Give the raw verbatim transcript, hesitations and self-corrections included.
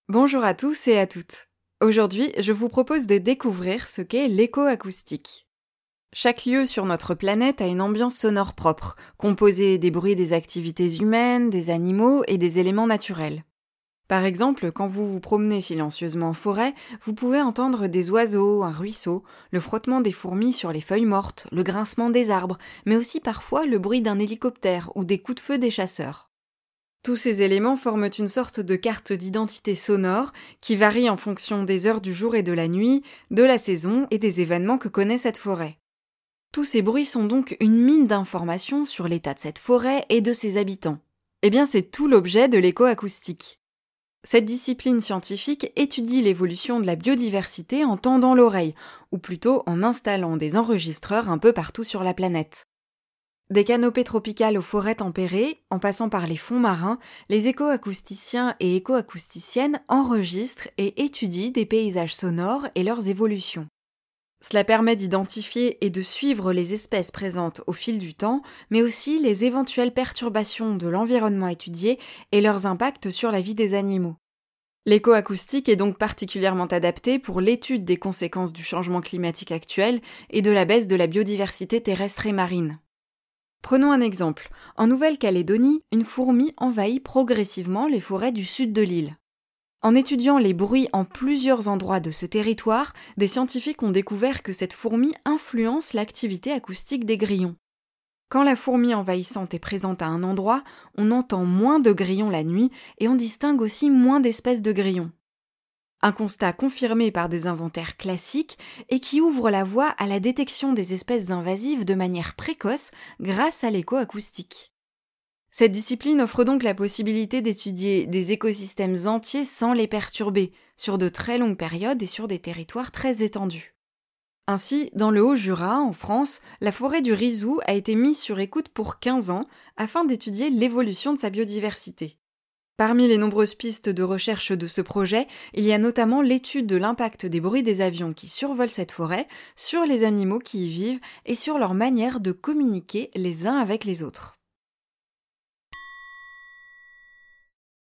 Bonjour à tous et à toutes. Aujourd'hui, je vous propose de découvrir ce qu'est l'écoacoustique. Chaque lieu sur notre planète a une ambiance sonore propre, composée des bruits des activités humaines, des animaux et des éléments naturels. Par exemple, quand vous vous promenez silencieusement en forêt, vous pouvez entendre des oiseaux, un ruisseau, le frottement des fourmis sur les feuilles mortes, le grincement des arbres, mais aussi parfois le bruit d'un hélicoptère ou des coups de feu des chasseurs. Tous ces éléments forment une sorte de carte d'identité sonore qui varie en fonction des heures du jour et de la nuit, de la saison et des événements que connaît cette forêt. Tous ces bruits sont donc une mine d'informations sur l'état de cette forêt et de ses habitants. Eh bien, c'est tout l'objet de l'écoacoustique. Cette discipline scientifique étudie l'évolution de la biodiversité en tendant l'oreille, ou plutôt en installant des enregistreurs un peu partout sur la planète. Des canopées tropicales aux forêts tempérées, en passant par les fonds marins, les écoacousticiens et écoacousticiennes enregistrent et étudient des paysages sonores et leurs évolutions. Cela permet d'identifier et de suivre les espèces présentes au fil du temps, mais aussi les éventuelles perturbations de l'environnement étudié et leurs impacts sur la vie des animaux. L'écoacoustique est donc particulièrement adapté pour l'étude des conséquences du changement climatique actuel et de la baisse de la biodiversité terrestre et marine. Prenons un exemple. En Nouvelle-Calédonie, une fourmi envahit progressivement les forêts du sud de l'île. En étudiant les bruits en plusieurs endroits de ce territoire, des scientifiques ont découvert que cette fourmi influence l'activité acoustique des grillons. Quand la fourmi envahissante est présente à un endroit, on entend moins de grillons la nuit et on distingue aussi moins d'espèces de grillons. Un constat confirmé par des inventaires classiques et qui ouvre la voie à la détection des espèces invasives de manière précoce grâce à l'écoacoustique. Cette discipline offre donc la possibilité d'étudier des écosystèmes entiers sans les perturber, sur de très longues périodes et sur des territoires très étendus. Ainsi, dans le Haut-Jura, en France, la forêt du Rizou a été mise sur écoute pour quinze ans afin d'étudier l'évolution de sa biodiversité. Parmi les nombreuses pistes de recherche de ce projet, il y a notamment l'étude de l'impact des bruits des avions qui survolent cette forêt sur les animaux qui y vivent et sur leur manière de communiquer les uns avec les autres.